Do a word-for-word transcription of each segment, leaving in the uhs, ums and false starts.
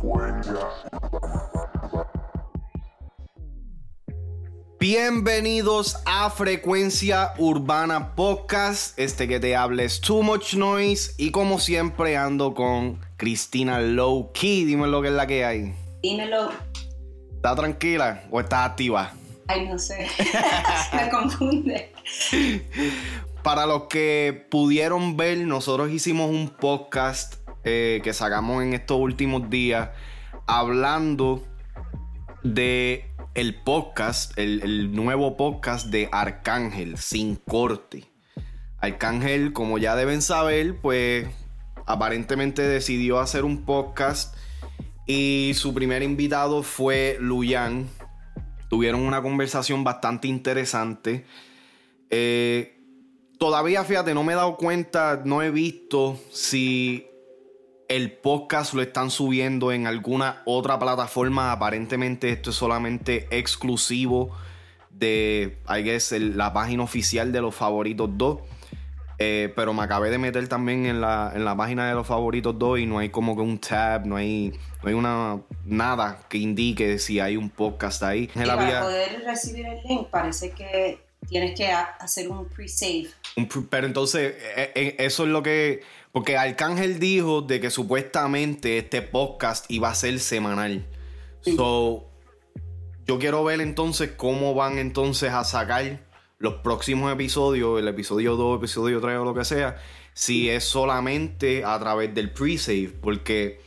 Bienvenidos a Frecuencia Urbana Podcast. Este que te habla es Too Much Noise. Y como siempre ando con Cristina Low Key. Dime lo que es la que hay. Dímelo. ¿Estás tranquila o estás activa? Ay, no sé. Me confunde. Para los que pudieron ver, nosotros hicimos un podcast eh, que sacamos en estos últimos días hablando de el podcast, el, el nuevo podcast de Arcángel, Sin Corte. Arcángel, como ya deben saber, pues aparentemente decidió hacer un podcast y su primer invitado fue Luyan. Tuvieron una conversación bastante interesante. Eh, todavía, fíjate, no me he dado cuenta, no he visto si el podcast lo están subiendo en alguna otra plataforma. Aparentemente esto es solamente exclusivo de, I guess, el, la página oficial de Los Favoritos dos. Eh, pero me acabé de meter también en la, en la página de Los Favoritos dos y no hay como que un tab, no hay, no hay una, nada que indique si hay un podcast ahí. Y para había... poder recibir el link parece que tienes que hacer un pre-save. Un pre- pero entonces eh, eh, eso es lo que... Porque Arcángel dijo de que supuestamente este podcast iba a ser semanal. Sí. So, yo quiero ver entonces cómo van entonces a sacar los próximos episodios, el episodio dos, episodio tres o lo que sea, si es solamente a través del pre-save. Porque,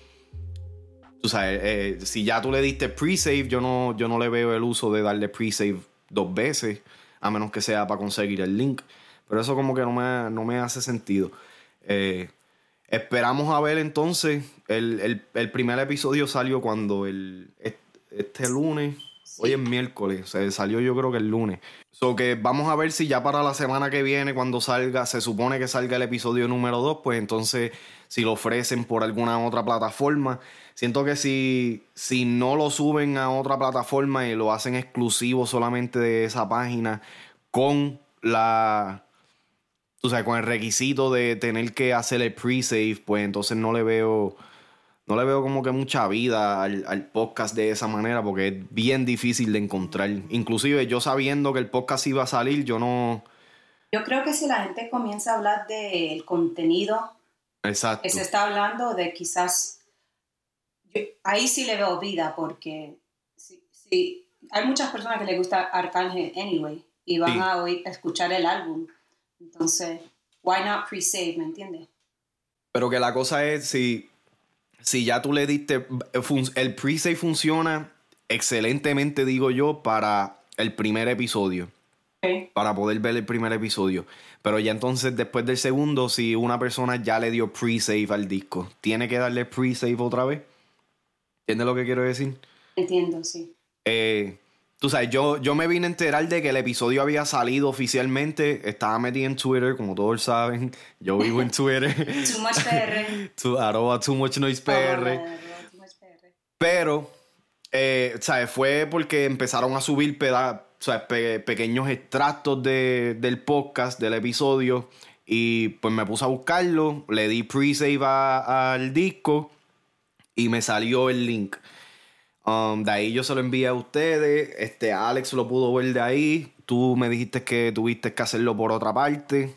tú sabes, eh, si ya tú le diste pre-save, yo no, yo no le veo el uso de darle pre-save dos veces, a menos que sea para conseguir el link. Pero eso como que no me, no me hace sentido. Eh, esperamos a ver entonces. El, el, el primer episodio salió cuando el este lunes. Sí. Hoy es miércoles. O sea, salió yo creo que el lunes. So que vamos a ver si ya para la semana que viene, cuando salga, se supone que salga el episodio número dos, pues entonces si lo ofrecen por alguna otra plataforma. Siento que si, si no lo suben a otra plataforma y lo hacen exclusivo solamente de esa página con la... O sea, con el requisito de tener que hacer el pre-save, pues entonces no le veo no le veo como que mucha vida al, al podcast de esa manera, porque es bien difícil de encontrar. Inclusive yo sabiendo que el podcast iba a salir, yo no... Yo creo que si la gente comienza a hablar del contenido Exacto. que se está hablando, de quizás... Yo, ahí sí le veo vida, porque sí, sí, hay muchas personas que les gusta Arcángel anyway, y van sí. a, oír, a escuchar el álbum. Entonces, why not pre-save, ¿me entiendes? Pero que la cosa es, si, si ya tú le diste... El pre-save funciona excelentemente, digo yo, para el primer episodio. Okay. Para poder ver el primer episodio. Pero ya entonces, después del segundo, si una persona ya le dio pre-save al disco, ¿tiene que darle pre-save otra vez? ¿Entiendes lo que quiero decir? Entiendo, sí. Eh... Tú sabes, yo, yo me vine a enterar de que el episodio había salido oficialmente. Estaba metido en Twitter, como todos saben. Yo vivo en Twitter. Too Much P R. tu, arroba Too Much Noise P R. Oh, too much P R. Pero, eh, ¿sabes? Fue porque empezaron a subir peda- ¿sabes? Pe- pequeños extractos de, del podcast, del episodio. Y pues me puse a buscarlo. Le di pre-save a, al disco. Y me salió el link. Um, de ahí yo se lo envié a ustedes. Este, Alex lo pudo ver de ahí. Tú me dijiste que tuviste que hacerlo por otra parte.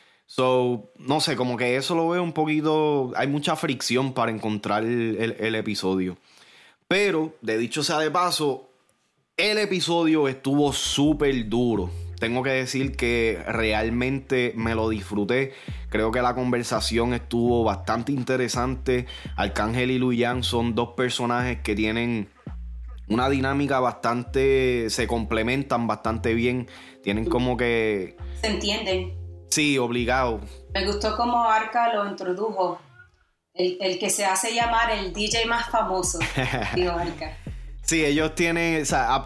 So, no sé, como que eso lo veo un poquito... Hay mucha fricción para encontrar el, el, el episodio. Pero, de dicho sea de paso, el episodio estuvo súper duro. Tengo que decir que realmente me lo disfruté. Creo que la conversación estuvo bastante interesante. Arcángel y Luyan son dos personajes que tienen una dinámica bastante... Se complementan bastante bien. Tienen como que... Se entienden. Sí, obligado. Me gustó cómo Arca lo introdujo. El, el que se hace llamar el D J más famoso. Digo, Arca. Sí, ellos tienen... O sea,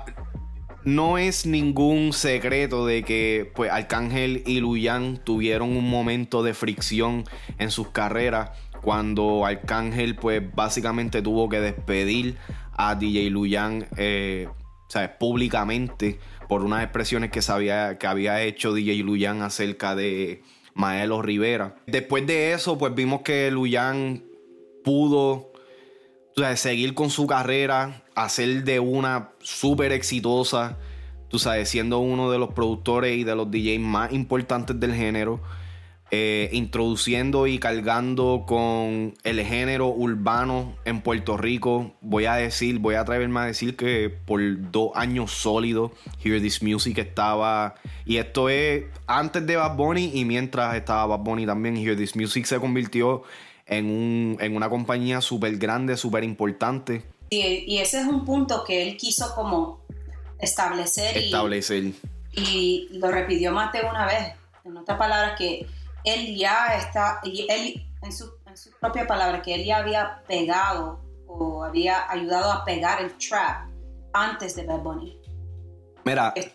no es ningún secreto de que pues Arcángel y Luyan tuvieron un momento de fricción en sus carreras cuando Arcángel pues básicamente tuvo que despedir a D J Luyan eh, ¿sabes? públicamente por unas expresiones que, sabía, que había hecho D J Luyan acerca de Maelo Rivera. Después de eso pues vimos que Luyan pudo... tú sabes, seguir con su carrera, hacer de una súper exitosa, tú sabes, siendo uno de los productores y de los D Js más importantes del género, eh, introduciendo y cargando con el género urbano en Puerto Rico. Voy a decir, voy a atreverme a decir que por dos años sólidos Hear This Music estaba, y esto es antes de Bad Bunny y mientras estaba Bad Bunny también, Hear This Music se convirtió en, un, en una compañía súper grande, súper importante. Sí, y ese es un punto que él quiso como establecer, establecer. Y, y lo repitió más de una vez. En otras palabras, que él ya está, y él en su, en su propia palabra, que él ya había pegado o había ayudado a pegar el trap antes de Bad Bunny. Mira, es,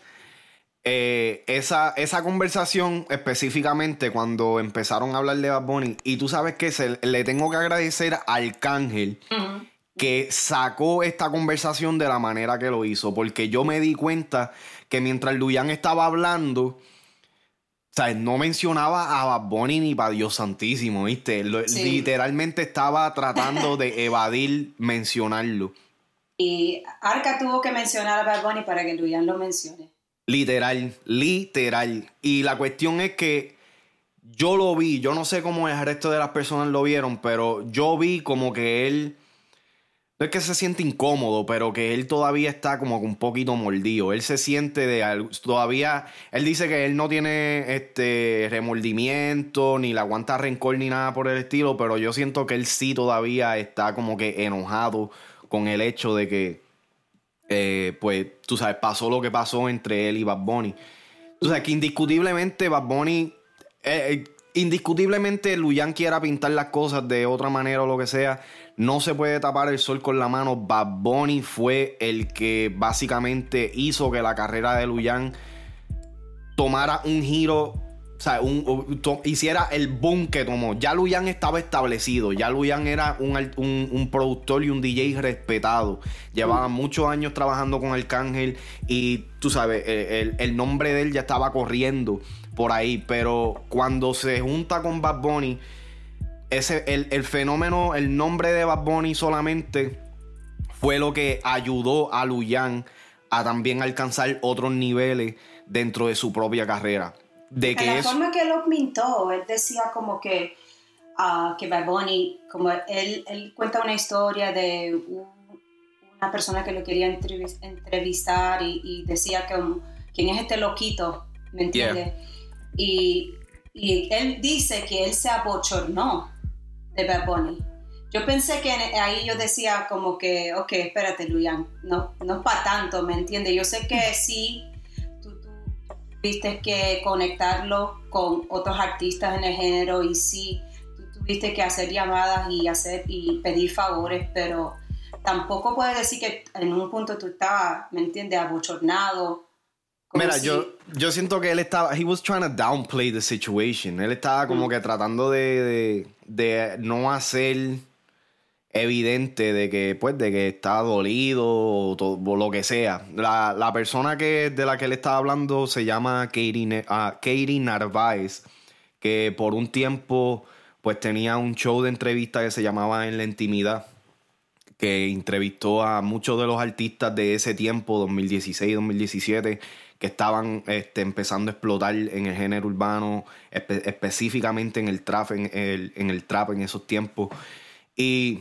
eh, esa, esa conversación específicamente cuando empezaron a hablar de Bad Bunny, y tú sabes que se, le tengo que agradecer a Arcángel, uh-huh, que sacó esta conversación de la manera que lo hizo, porque yo me di cuenta que mientras Luyan estaba hablando, o sea, no mencionaba a Bad Bunny ni para Dios santísimo, ¿viste? Lo, sí. Literalmente estaba tratando de evadir mencionarlo. Y Arca tuvo que mencionar a Bad Bunny para que Luyan lo mencione. Literal, literal. Y la cuestión es que yo lo vi, yo no sé cómo el resto de las personas lo vieron, pero yo vi como que él, no es que se siente incómodo, pero que él todavía está como un poquito mordido. Él se siente de algo, todavía, él dice que él no tiene este remordimiento, ni le aguanta rencor, ni nada por el estilo, pero yo siento que él sí todavía está como que enojado con el hecho de que, eh, pues, tú sabes, pasó lo que pasó entre él y Bad Bunny. Tú sabes que indiscutiblemente Bad Bunny, eh, indiscutiblemente Luyan quiera pintar las cosas de otra manera o lo que sea, no se puede tapar el sol con la mano. Bad Bunny fue el que básicamente hizo que la carrera de Luyan tomara un giro, o sea, un, un, to, hiciera el boom que tomó. Ya Luyan estaba establecido, ya Luyan era un, un, un productor y un D J respetado. Llevaba mm. muchos años trabajando con Arcángel y tú sabes, el, el nombre de él ya estaba corriendo por ahí. Pero cuando se junta con Bad Bunny, ese, el, el fenómeno, el nombre de Bad Bunny solamente fue lo que ayudó a Luyan a también alcanzar otros niveles dentro de su propia carrera. De que la es... forma que él lo pintó, él decía como que, uh, que Bad Bunny, como él, él cuenta una historia de un, una persona que lo quería entrevistar y, y decía que um, quién es este loquito, ¿me entiendes? Yeah. Y, y él dice que él se abochornó de Bad Bunny. Yo pensé que ahí yo decía como que, ok, espérate, Luyan, no, no es para tanto, ¿me entiendes? Yo sé que sí, tú, tú tuviste que conectarlo con otros artistas en el género y sí, tú tuviste que hacer llamadas y, hacer, y pedir favores, pero tampoco puedes decir que en un punto tú estabas, ¿me entiendes?, abochornado. Mira, si... yo, yo siento que él estaba, he was trying to downplay the situation. Él estaba como mm. que tratando de, de, de no hacer evidente de que, pues, de que estaba dolido o, todo, o lo que sea. La, la persona que, de la que él estaba hablando se llama Katie, uh, Katie Narváez, que por un tiempo, pues, tenía un show de entrevista que se llamaba En la Intimidad, que entrevistó a muchos de los artistas de ese tiempo, dos mil dieciséis, dos mil diecisiete, que estaban este, empezando a explotar en el género urbano, espe- específicamente en el trap, en el, en el trap en esos tiempos. Y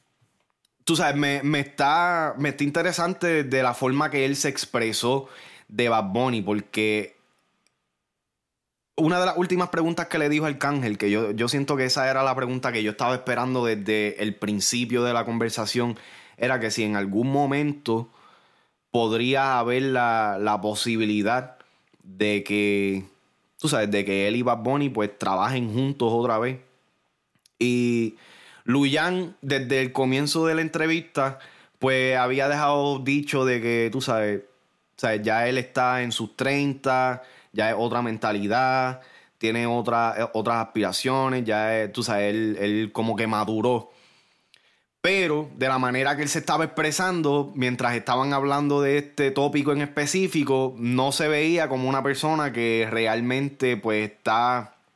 tú sabes, me, me, está, me está interesante de la forma que él se expresó de Bad Bunny, porque una de las últimas preguntas que le dijo Arcángel, que yo, yo siento que esa era la pregunta que yo estaba esperando desde el principio de la conversación, era que si en algún momento podría haber la, la posibilidad de que, tú sabes, de que él y Bad Bunny pues trabajen juntos otra vez. Y Luyan, desde el comienzo de la entrevista, pues había dejado dicho de que, tú sabes, sabes ya él está en sus treinta, ya es otra mentalidad, tiene otra, otras aspiraciones, ya es, tú sabes, él, él como que maduró. Pero de la manera que él se estaba expresando, mientras estaban hablando de este tópico en específico, no se veía como una persona que realmente pues está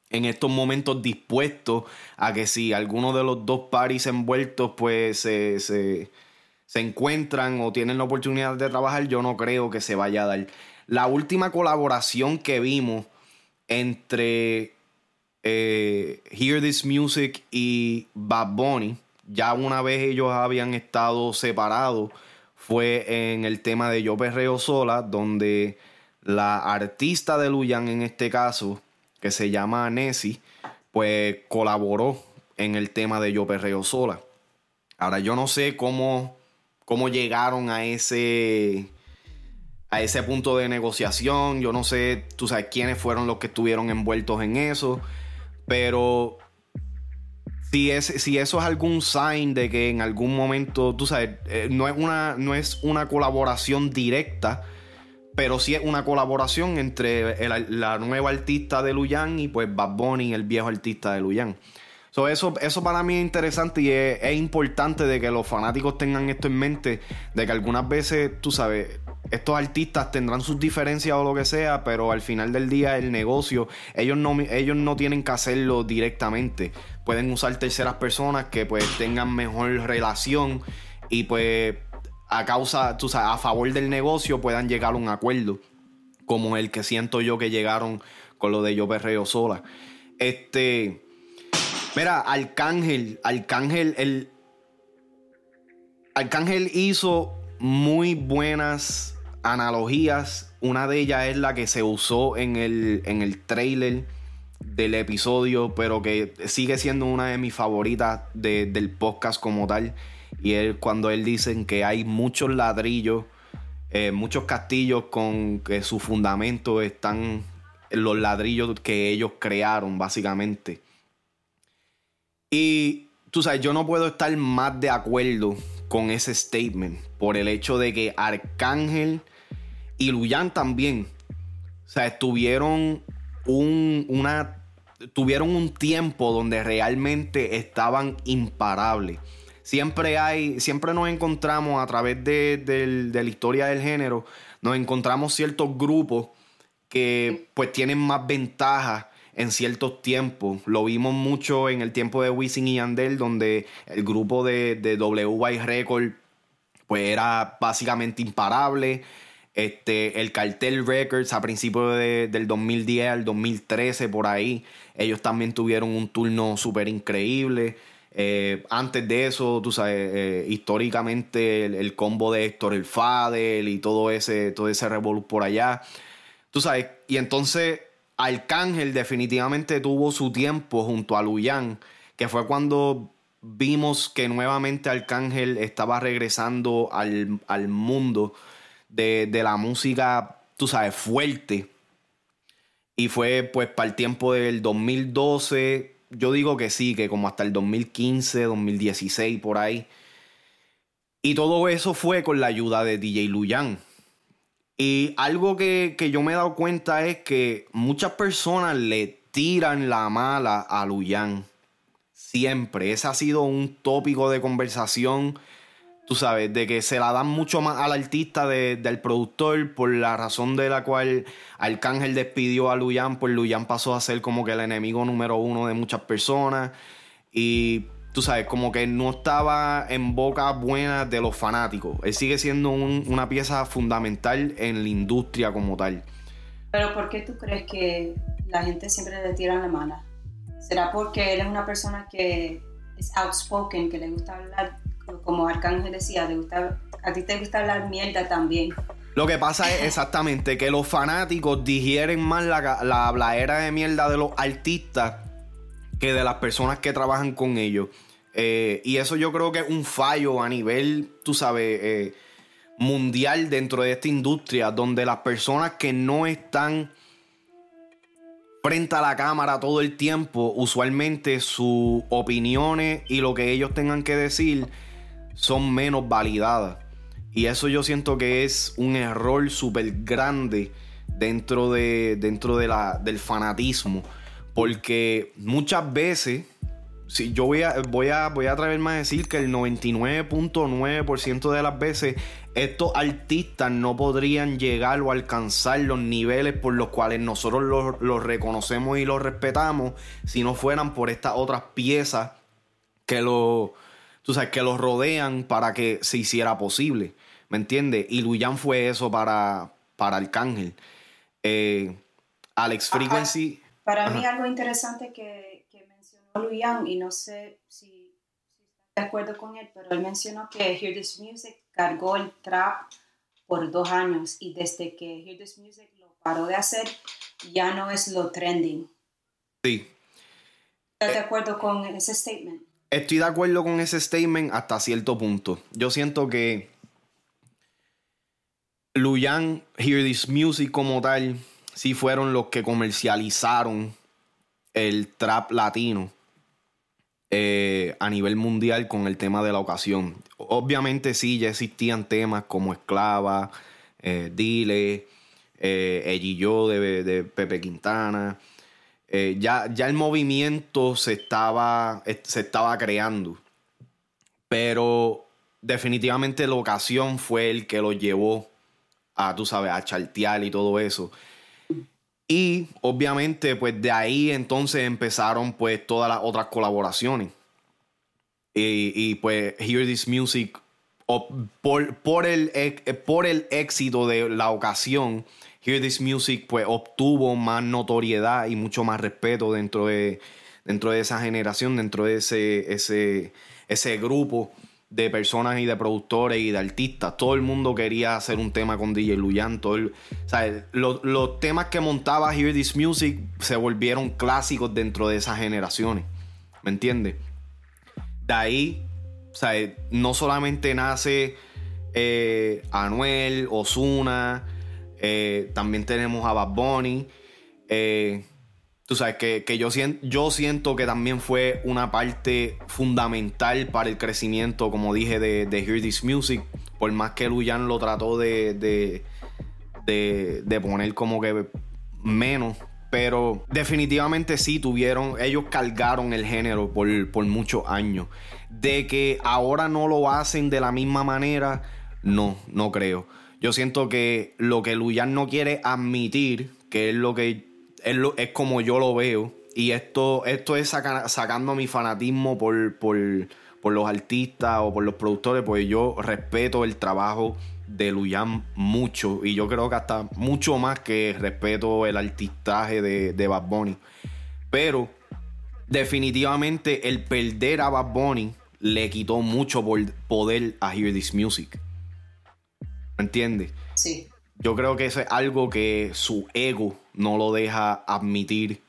en estos momentos dispuestos a que si alguno de los dos parties envueltos pues se, se, se encuentran o tienen la oportunidad de trabajar, yo no creo que se vaya a dar. La última colaboración que vimos entre eh, Hear This Music y Bad Bunny, ya una vez ellos habían estado separados, fue en el tema de Yo Perreo Sola, donde la artista de Luyan en este caso, que se llama Nessie, pues colaboró en el tema de Yo Perreo Sola. Ahora yo no sé cómo, cómo llegaron a ese... a ese punto de negociación. Yo no sé, tú sabes, quiénes fueron los que estuvieron envueltos en eso, pero si, es, si eso es algún sign de que en algún momento, tú sabes, eh, no es una, no es una colaboración directa, pero sí es una colaboración entre el, la nueva artista de Luyan y pues Bad Bunny, el viejo artista de Luyan. So, eso, eso para mí es interesante y es, es importante de que los fanáticos tengan esto en mente, de que algunas veces, tú sabes, estos artistas tendrán sus diferencias o lo que sea, pero al final del día el negocio, ellos no, ellos no tienen que hacerlo directamente. Pueden usar terceras personas que pues tengan mejor relación y pues a causa, tú sabes, a favor del negocio puedan llegar a un acuerdo, como el que siento yo que llegaron con lo de Yo Perreo Sola. Este... Mira, Arcángel, Arcángel, el Arcángel hizo muy buenas analogías. Una de ellas es la que se usó en el, en el trailer del episodio, pero que sigue siendo una de mis favoritas de, del podcast como tal. Y es cuando él dice que hay muchos ladrillos, eh, muchos castillos con que su fundamento están en los ladrillos que ellos crearon, básicamente. Y tú sabes, yo no puedo estar más de acuerdo con ese statement por el hecho de que Arcángel y Luyan también, o sea, estuvieron un, una, tuvieron un tiempo donde realmente estaban imparables. Siempre hay, siempre nos encontramos a través de, de, de la historia del género, nos encontramos ciertos grupos que pues tienen más ventajas en ciertos tiempos. Lo vimos mucho en el tiempo de Wisin y Yandel, donde el grupo de, de W Y Records pues era básicamente imparable. Este, el Cartel Records a principios de, del dos mil diez al dos mil trece, por ahí, ellos también tuvieron un turno súper increíble. Eh, antes de eso, tú sabes, eh, históricamente el, el combo de Héctor el Fadel y todo ese, todo ese revolú por allá. Tú sabes, y entonces Arcángel definitivamente tuvo su tiempo junto a Luyan, que fue cuando vimos que nuevamente Arcángel estaba regresando al, al mundo de, de la música, tú sabes, fuerte. Y fue pues para el tiempo del dos mil doce, yo digo que sí, que como hasta el dos mil quince, dos mil dieciséis, por ahí. Y todo eso fue con la ayuda de D J Luyan. Y algo que, que yo me he dado cuenta es que muchas personas le tiran la mala a Luyan. Siempre. Ese ha sido un tópico de conversación, tú sabes, de que se la dan mucho más al artista de, del productor, por la razón de la cual Arcángel despidió a Luyan, pues Luyan pasó a ser como que el enemigo número uno de muchas personas. Y tú sabes, como que no estaba en boca buena de los fanáticos. Él sigue siendo un, una pieza fundamental en la industria como tal. Pero ¿por qué tú crees que la gente siempre le tira la mala? ¿Será porque él es una persona que es outspoken, que le gusta hablar, como Arcángel decía, le gusta, a ti te gusta hablar mierda también? Lo que pasa es exactamente que los fanáticos digieren más la, la habladera de mierda de los artistas que de las personas que trabajan con ellos. Eh, y eso yo creo que es un fallo a nivel, tú sabes, eh, mundial dentro de esta industria, donde las personas que no están frente a la cámara todo el tiempo, usualmente sus opiniones y lo que ellos tengan que decir son menos validadas. Y eso yo siento que es un error súper grande dentro, de, dentro de la, del fanatismo. Porque muchas veces, si yo voy a, voy a, voy a atreverme a decir que el noventa y nueve punto nueve por ciento de las veces estos artistas no podrían llegar o alcanzar los niveles por los cuales nosotros los, los reconocemos y los respetamos si no fueran por estas otras piezas que lo, tú sabes, que los rodean para que se hiciera posible. ¿Me entiendes? Y Luyan fue eso para, para Arcángel. Eh, Alex Frequency. Para Ajá. mí algo interesante que, que mencionó Luyan, y no sé si, si estás de acuerdo con él, pero él mencionó que Hear This Music cargó el trap por dos años y desde que Hear This Music lo paró de hacer, ya no es lo trending. Sí. ¿Estás de acuerdo con ese statement? Estoy de acuerdo con ese statement hasta cierto punto. Yo siento que Luyan, Hear This Music como tal, sí fueron los que comercializaron el trap latino eh, a nivel mundial con el tema de la ocasión. Obviamente sí, ya existían temas como Esclava, eh, Dile, eh, Ella y Yo de, de Pepe Quintana. Eh, ya, ya el movimiento se estaba, se estaba creando. Pero definitivamente la ocasión fue el que lo llevó a, tú sabes, a chartear y todo eso. Y obviamente pues de ahí entonces empezaron pues todas las otras colaboraciones. Y, y pues Hear This Music, por, por, el, por el éxito de la ocasión, Hear This Music pues obtuvo más notoriedad y mucho más respeto dentro de, dentro de esa generación, dentro de ese, ese, ese grupo de personas y de productores y de artistas. Todo el mundo quería hacer un tema con D J Luyan. Todo el, ¿sabes? Los, los temas que montaba Hear This Music se volvieron clásicos dentro de esas generaciones. ¿Me entiendes? De ahí, ¿sabes? No solamente nace eh, Anuel, Ozuna, eh, también tenemos a Bad Bunny. Eh, Tú sabes que, que yo, siento, yo siento que también fue una parte fundamental para el crecimiento, como dije, de, de Hear This Music. Por más que Luyan lo trató de, de, de, de poner como que menos. Pero definitivamente sí tuvieron, ellos cargaron el género por, por muchos años. De que ahora no lo hacen de la misma manera, no, no creo. Yo siento que lo que Luyan no quiere admitir, que es lo que... Es, lo, es como yo lo veo. Y esto, esto es saca, sacando mi fanatismo por, por, por los artistas o por los productores. Pues yo respeto el trabajo de Luyan mucho. Y yo creo que hasta mucho más que respeto el artistaje de, de Bad Bunny. Pero definitivamente el perder a Bad Bunny le quitó mucho poder a Hear This Music. ¿Me entiendes? Sí. Yo creo que eso es algo que su ego no lo deja admitir.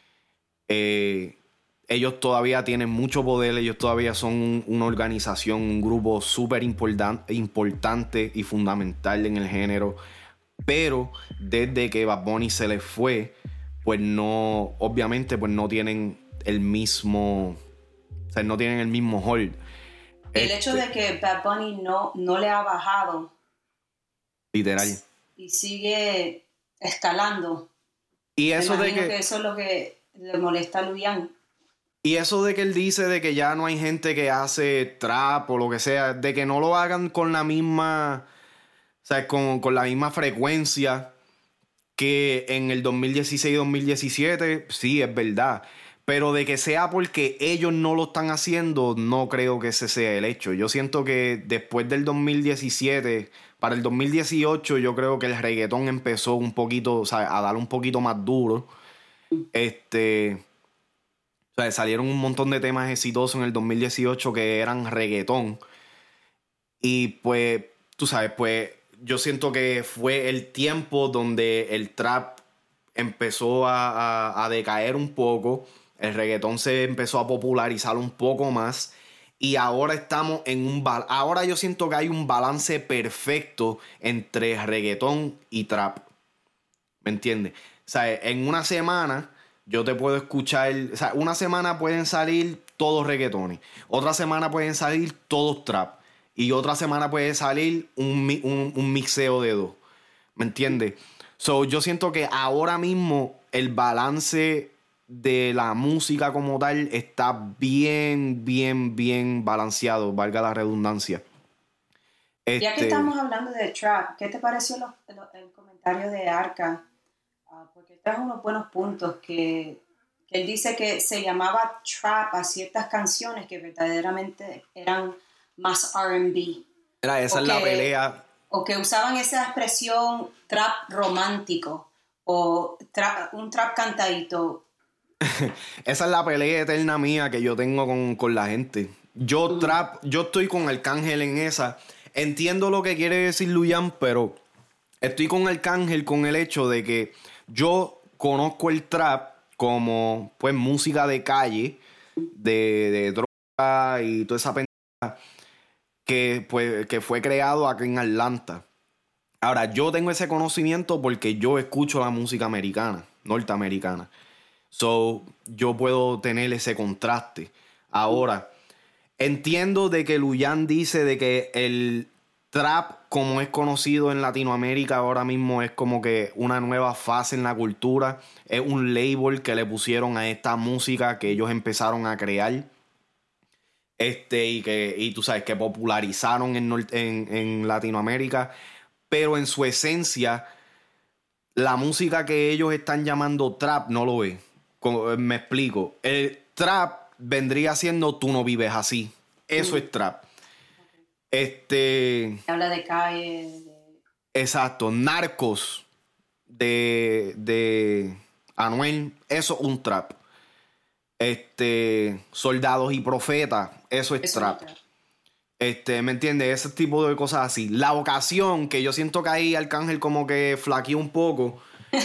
Eh, ellos todavía tienen mucho poder, ellos todavía son un, una organización, un grupo súper importan, importante y fundamental en el género. Pero desde que Bad Bunny se les fue, pues no, obviamente pues no tienen el mismo, o sea, no tienen el mismo hold. El este, hecho de que Bad Bunny no, no le ha bajado. Literal. Y sigue escalando. Y eso de que, que eso es lo que le molesta a Luyan. Y eso de que él dice de que ya no hay gente que hace trap o lo que sea, de que no lo hagan con la misma, o sea, con, con la misma frecuencia que en el dos mil dieciséis dos mil diecisiete, sí, es verdad. Pero de que sea porque ellos no lo están haciendo, no creo que ese sea el hecho. Yo siento que después del dos mil diecisiete, para el dos mil dieciocho, yo creo que el reggaetón empezó un poquito, o sea, a dar un poquito más duro. Este, o sea, salieron un montón de temas exitosos en el dos mil dieciocho que eran reggaetón. Y pues, tú sabes, pues yo siento que fue el tiempo donde el trap empezó a, a, a decaer un poco. El reggaetón se empezó a popularizar un poco más. Y ahora estamos en un... Bal- ahora yo siento que hay un balance perfecto entre reggaetón y trap. ¿Me entiendes? O sea, en una semana yo te puedo escuchar... O sea, una semana pueden salir todos reggaetones. Otra semana pueden salir todos trap. Y otra semana puede salir un, un, un mixeo de dos. ¿Me entiendes? So, yo siento que ahora mismo el balance de la música como tal está bien, bien, bien balanceado, valga la redundancia. Este, ya que Este, estamos hablando de trap, ¿qué te pareció lo, lo, el comentario de Arca? Uh, porque trajo unos buenos puntos que, que él dice que se llamaba trap a ciertas canciones que verdaderamente eran más R and B. Era esa es la pelea. O que usaban esa expresión trap romántico o trap, un trap cantadito. Esa es la pelea eterna mía que yo tengo con, con la gente. Yo uh-huh. trap, yo estoy con Arcángel en esa. Entiendo lo que quiere decir Luyan, pero estoy con Arcángel con el hecho de que yo conozco el trap como pues música de calle, de, de droga y toda esa pendeja que, pues, que fue creado aquí en Atlanta. Ahora, yo tengo ese conocimiento porque yo escucho la música americana, norteamericana. So, yo puedo tener ese contraste. Ahora, entiendo de que Luyan dice de que el trap, como es conocido en Latinoamérica ahora mismo, es como que una nueva fase en la cultura. Es un label que le pusieron a esta música que ellos empezaron a crear. Este, y que, y tú sabes, que popularizaron en, en, en Latinoamérica. Pero en su esencia, la música que ellos están llamando trap no lo es. Me explico. El trap vendría siendo Tú no vives así. Eso mm. es trap. Okay. Este. Habla de calle. De... Exacto. Narcos de, de Anuel. Eso es un trap. Este. Soldados y Profetas. Eso es eso trap. Es este, ¿me entiendes? Ese tipo de cosas así. La ocasión, que yo siento que ahí Arcángel como que flaqueó un poco.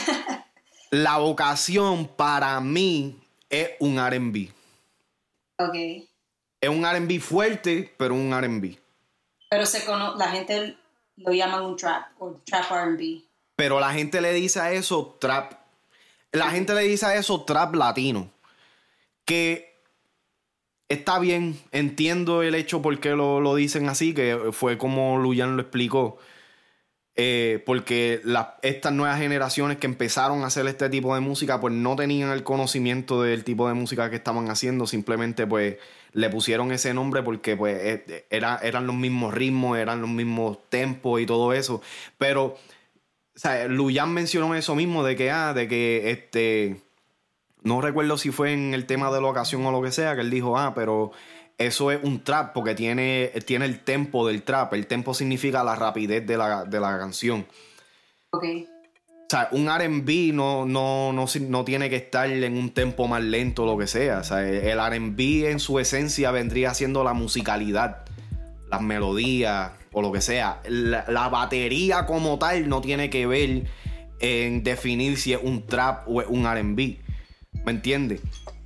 La ocasión para mí es un R and B. Ok. Es un R and B fuerte, pero un R and B. Pero se cono- la gente lo llama un trap o trap R and B. Pero la gente le dice a eso trap. La sí. gente le dice a eso trap latino. Que está bien, entiendo el hecho por qué lo, lo dicen así, que fue como Luyan lo explicó. Eh, porque la, estas nuevas generaciones que empezaron a hacer este tipo de música pues no tenían el conocimiento del tipo de música que estaban haciendo, simplemente pues le pusieron ese nombre porque pues era, eran los mismos ritmos, eran los mismos tempos y todo eso, pero o sea, Luyan mencionó eso mismo de que ah, de que este no recuerdo si fue en el tema de la ocasión o lo que sea, que él dijo ah, pero eso es un trap porque tiene, tiene el tempo del trap. El tempo significa la rapidez de la, de la canción. Ok. O sea, un R and B no, no, no, no tiene que estar en un tempo más lento o lo que sea. O sea, el R and B en su esencia vendría siendo la musicalidad, las melodías o lo que sea. La, la batería como tal no tiene que ver en definir si es un trap o es un R and B. ¿Me entiendes?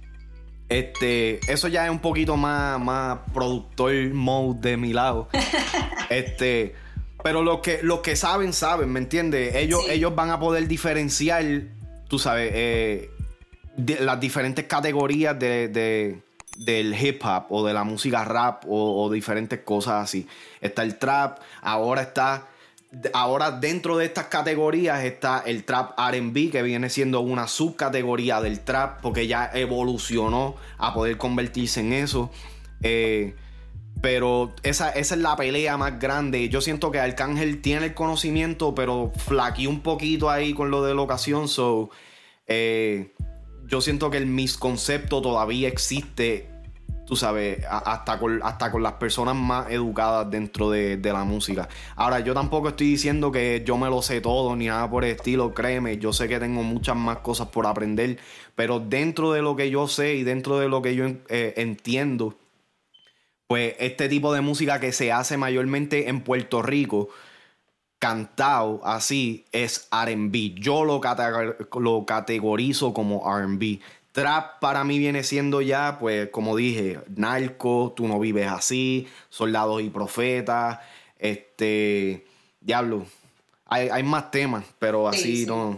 Este, eso ya es un poquito más, más productor mode de mi lado. este, pero los que, los que saben, saben, ¿me entiendes? Ellos, sí. ellos van a poder diferenciar, tú sabes, eh, de, las diferentes categorías de, de, del hip hop o de la música rap o, o diferentes cosas así. Está el trap, ahora está... Ahora dentro de estas categorías está el trap R and B, que viene siendo una subcategoría del trap porque ya evolucionó a poder convertirse en eso. Eh, pero esa, esa es la pelea más grande. Yo siento que Arcángel tiene el conocimiento, pero flaqueó un poquito ahí con lo de la ocasión. So, eh, yo siento que el misconcepto todavía existe, tú sabes, hasta con, hasta con las personas más educadas dentro de, de la música. Ahora, yo tampoco estoy diciendo que yo me lo sé todo ni nada por el estilo, créeme, yo sé que tengo muchas más cosas por aprender, pero dentro de lo que yo sé y dentro de lo que yo eh, entiendo, pues este tipo de música que se hace mayormente en Puerto Rico, cantado así, es R and B. Yo lo, cate- lo categorizo como R and B. Trap para mí viene siendo ya, pues, como dije, Narco, Tú no vives así, Soldados y Profetas, este, diablo, hay, hay más temas, pero así sí, sí. no.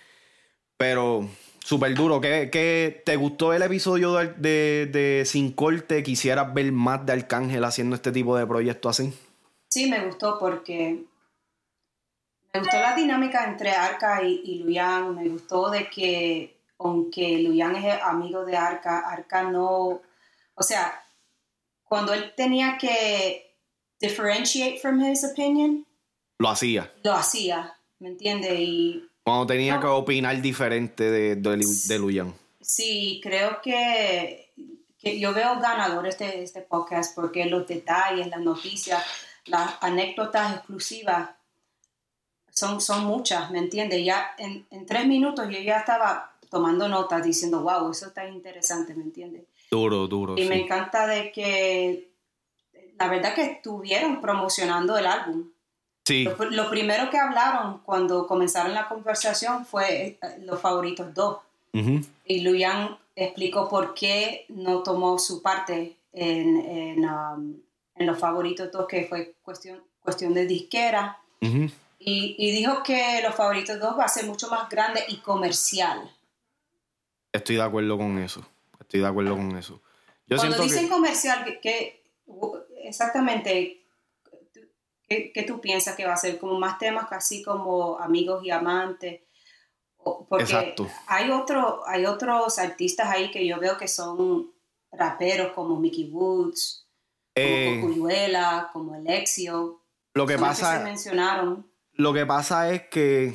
Pero, súper duro. ¿Qué, ¿Qué te gustó el episodio de, de, de Sin Corte? ¿Quisieras ver más de Arcángel haciendo este tipo de proyectos así? Sí, me gustó porque me gustó la dinámica entre Arca y, y Luyan, me gustó de que aunque Luyan es amigo de Arca, Arca no, o sea, cuando él tenía que differentiate from his opinion, lo hacía. Lo hacía, ¿me entiendes? Y cuando tenía no, que opinar diferente de, de, de Luyan. Sí, creo que, que yo veo ganador este, este podcast porque los detalles, las noticias, las anécdotas exclusivas son, son muchas, ¿me entiendes? Ya en, en tres minutos yo ya estaba tomando notas diciendo, wow, eso está interesante, ¿me entiendes? Duro, duro. Y sí. me encanta de que, la verdad que estuvieron promocionando el álbum. Sí. Lo, lo primero que hablaron cuando comenzaron la conversación fue los favoritos dos. Uh-huh. Y Luyan explicó por qué no tomó su parte en, en, um, en los favoritos dos, que fue cuestión, cuestión de disquera. Uh-huh. Y, y dijo que los favoritos dos va a ser mucho más grande y comercial. Estoy de acuerdo con eso. Estoy de acuerdo con eso. Yo Cuando dicen que... comercial, que, que exactamente, ¿qué, ¿qué tú piensas que va a ser? Como más temas casi como Amigos y Amantes. Porque Exacto. Hay, otro, hay otros artistas ahí que yo veo que son raperos como Mickey Woods, eh, como Cocuyuela, como Alexio. Lo que pasa, que se mencionaron. Lo que pasa es que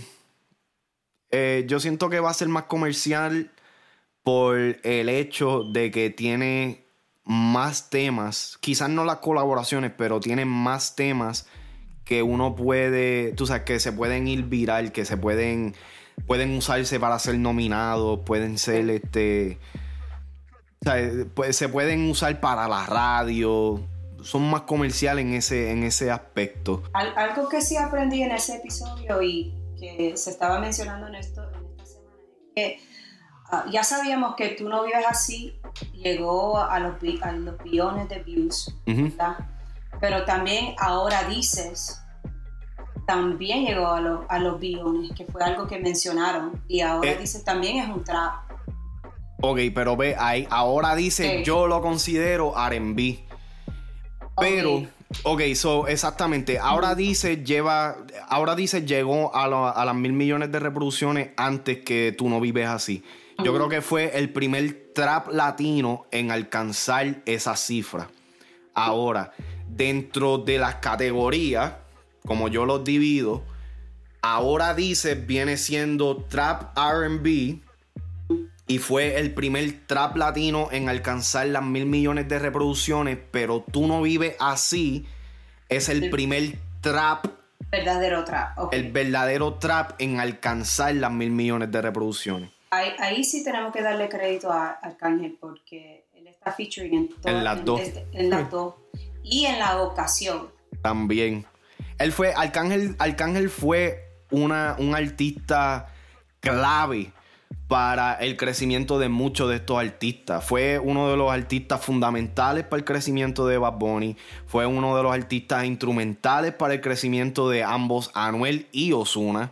eh, yo siento que va a ser más comercial por el hecho de que tiene más temas, quizás no las colaboraciones, pero tiene más temas que uno puede, tú sabes, que se pueden ir viral, que se pueden... pueden usarse para ser nominados, pueden ser este, o sea, pues, se pueden usar para la radio, son más comerciales en ese, en ese aspecto. Al, algo que sí aprendí en ese episodio y que se estaba mencionando en, esto, en esta semana es que uh, ya sabíamos que Tú no vives así llegó a los, a los billones de views, uh-huh. Pero también Ahora Dices también llegó a, lo, a los billones, que fue algo que mencionaron. Y Ahora eh, Dices también es un trap. Ok, pero ve, ahí, Ahora Dices okay. Yo lo considero R and B. Pero, ok, okay so, exactamente. Ahora mm. Dices lleva, Ahora Dices llegó a, lo, a las mil millones de reproducciones antes que Tú no vives así. Mm. Yo creo que fue el primer trap latino en alcanzar esa cifra. Ahora, dentro de las categorías, como yo los divido, Ahora Dices viene siendo trap R and B y fue el primer trap latino en alcanzar las mil millones de reproducciones, pero Tú no vives así es el, el primer trap, verdadero trap, okay. El verdadero trap en alcanzar las mil millones de reproducciones. Ahí, ahí sí tenemos que darle crédito a Arcángel porque él está featuring en, todo, en las dos, en, en las dos y en la ocasión también. Él fue, Arcángel, Arcángel fue una, un artista clave para el crecimiento de muchos de estos artistas. Fue uno de los artistas fundamentales para el crecimiento de Bad Bunny. Fue uno de los artistas instrumentales para el crecimiento de ambos, Anuel y Ozuna.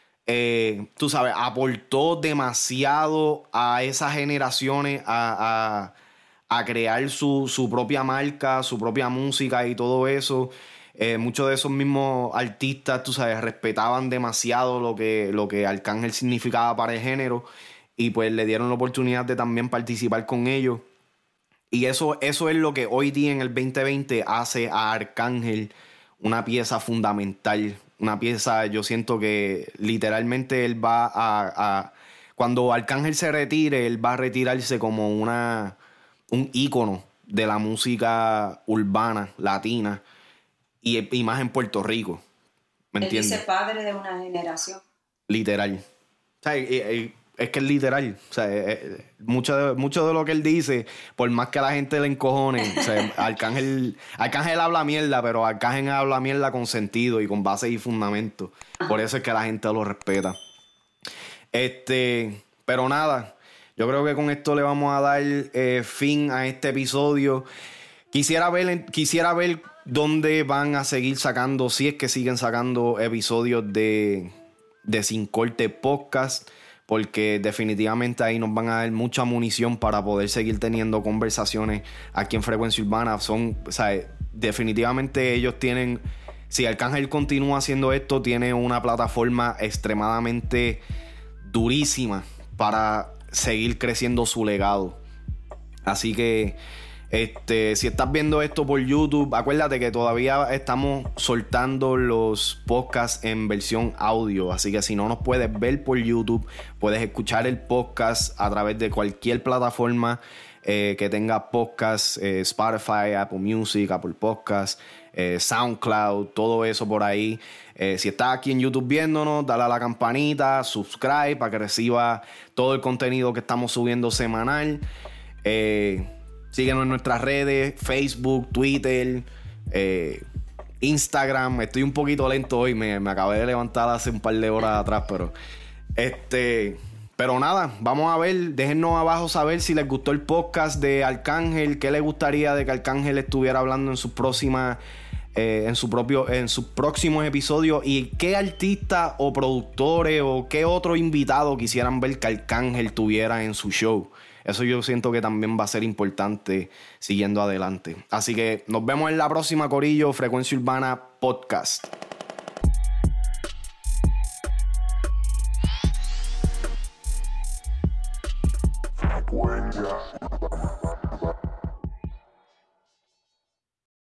Eh, tú sabes, aportó demasiado a esas generaciones a, a, a crear su, su propia marca, su propia música y todo eso. Eh, muchos de esos mismos artistas, tú sabes, respetaban demasiado lo que, lo que Arcángel significaba para el género y pues le dieron la oportunidad de también participar con ellos. Y eso, eso es lo que hoy día en el veinte veinte hace a Arcángel una pieza fundamental. Una pieza, yo siento que literalmente él va a... a cuando Arcángel se retire, él va a retirarse como una, un ícono de la música urbana, latina. Y, y más en Puerto Rico. ¿Me entiendes? Él dice padre de una generación. Literal. O sea, es que es literal. O sea, mucho de, mucho de lo que él dice, por más que a la gente le encojone, o sea, Arcángel, Arcángel habla mierda, pero Arcángel habla mierda con sentido y con base y fundamento. Por eso es que la gente lo respeta. Este, pero nada, yo creo que con esto le vamos a dar eh, fin a este episodio. Quisiera ver, quisiera ver dónde van a seguir sacando, si es que siguen sacando episodios de, de Sin Corte Podcast, porque definitivamente ahí nos van a dar mucha munición para poder seguir teniendo conversaciones aquí en Frecuencia Urbana. Son, o sea, definitivamente ellos tienen, si Arcángel continúa haciendo esto, tiene una plataforma extremadamente durísima para seguir creciendo su legado. Así que este, si estás viendo esto por YouTube, acuérdate que todavía estamos soltando los podcasts en versión audio. Así que si no nos puedes ver por YouTube, puedes escuchar el podcast a través de cualquier plataforma eh, que tenga podcast, eh, Spotify, Apple Music, Apple Podcasts, eh, SoundCloud, todo eso por ahí. Eh, si estás aquí en YouTube viéndonos, dale a la campanita, subscribe para que reciba todo el contenido que estamos subiendo semanal. Eh, síguenos en nuestras redes, Facebook, Twitter, eh, Instagram. Estoy un poquito lento hoy, me, me acabé de levantar hace un par de horas atrás, pero este, pero nada, vamos a ver, déjennos abajo saber si les gustó el podcast de Arcángel, qué les gustaría de que Arcángel estuviera hablando en sus próximas eh, en su propio, en sus próximos episodios, y qué artistas o productores o qué otro invitado quisieran ver que Arcángel tuviera en su show. Eso yo siento que también va a ser importante siguiendo adelante. Así que nos vemos en la próxima, corillo. Frecuencia Urbana Podcast. Frecuencia